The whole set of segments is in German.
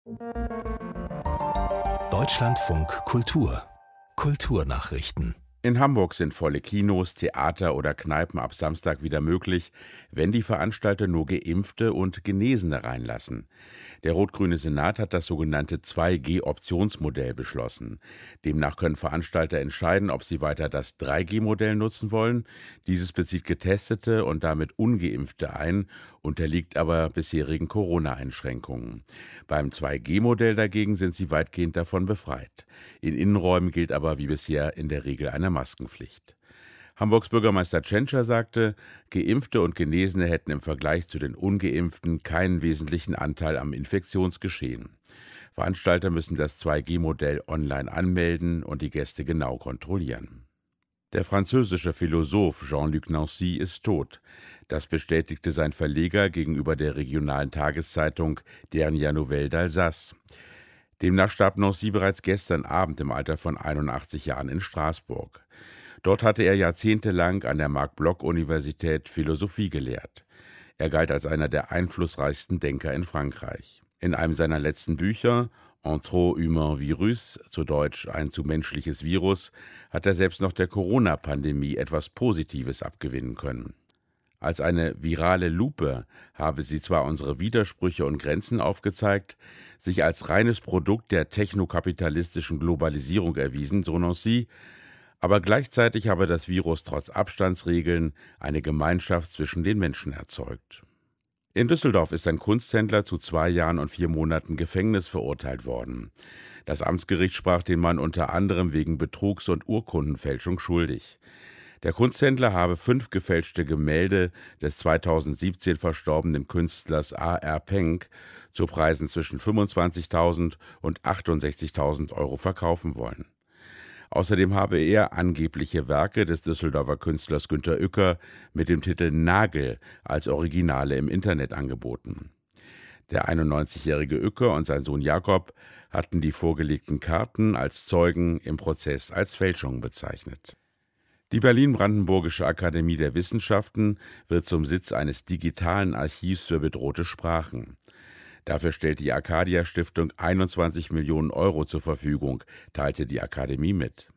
Deutschlandfunk Kultur Kulturnachrichten. In Hamburg sind volle Kinos, Theater oder Kneipen ab Samstag wieder möglich, wenn die Veranstalter nur Geimpfte und Genesene reinlassen. Der rot-grüne Senat hat das sogenannte 2G-Optionsmodell beschlossen. Demnach können Veranstalter entscheiden, ob sie weiter das 3G-Modell nutzen wollen. Dieses bezieht Getestete und damit Ungeimpfte ein, unterliegt aber bisherigen Corona-Einschränkungen. Beim 2G-Modell dagegen sind sie weitgehend davon befreit. In Innenräumen gilt aber wie bisher in der Regel eine Maskenpflicht. Hamburgs Bürgermeister Tschentscher sagte, Geimpfte und Genesene hätten im Vergleich zu den Ungeimpften keinen wesentlichen Anteil am Infektionsgeschehen. Veranstalter müssen das 2G-Modell online anmelden und die Gäste genau kontrollieren. Der französische Philosoph Jean-Luc Nancy ist tot. Das bestätigte sein Verleger gegenüber der regionalen Tageszeitung Dernière Nouvelle d'Alsace. Demnach starb Nancy bereits gestern Abend im Alter von 81 Jahren in Straßburg. Dort hatte er jahrzehntelang an der Marc-Bloch-Universität Philosophie gelehrt. Er galt als einer der einflussreichsten Denker in Frankreich. In einem seiner letzten Bücher, Un trop humain virus, zu Deutsch ein zu menschliches Virus, hat er selbst noch der Corona-Pandemie etwas Positives abgewinnen können. Als eine virale Lupe habe sie zwar unsere Widersprüche und Grenzen aufgezeigt, sich als reines Produkt der technokapitalistischen Globalisierung erwiesen, so Nancy, aber gleichzeitig habe das Virus trotz Abstandsregeln eine Gemeinschaft zwischen den Menschen erzeugt. In Düsseldorf ist ein Kunsthändler zu 2 Jahren und 4 Monaten Gefängnis verurteilt worden. Das Amtsgericht sprach den Mann unter anderem wegen Betrugs- und Urkundenfälschung schuldig. Der Kunsthändler habe 5 gefälschte Gemälde des 2017 verstorbenen Künstlers A.R. Penck zu Preisen zwischen 25.000 und 68.000 Euro verkaufen wollen. Außerdem habe er angebliche Werke des Düsseldorfer Künstlers Günter Uecker mit dem Titel Nagel als Originale im Internet angeboten. Der 91-jährige Uecker und sein Sohn Jakob hatten die vorgelegten Karten als Zeugen im Prozess als Fälschung bezeichnet. Die Berlin-Brandenburgische Akademie der Wissenschaften wird zum Sitz eines digitalen Archivs für bedrohte Sprachen. Dafür stellt die Arcadia-Stiftung 21 Millionen Euro zur Verfügung, teilte die Akademie mit.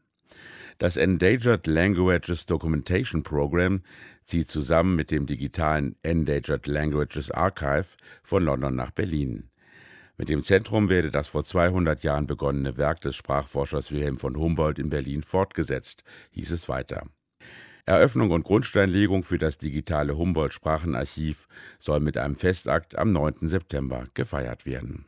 Das Endangered Languages Documentation Program zieht zusammen mit dem digitalen Endangered Languages Archive von London nach Berlin. Mit dem Zentrum werde das vor 200 Jahren begonnene Werk des Sprachforschers Wilhelm von Humboldt in Berlin fortgesetzt, hieß es weiter. Eröffnung und Grundsteinlegung für das digitale Humboldt-Sprachenarchiv soll mit einem Festakt am 9. September gefeiert werden.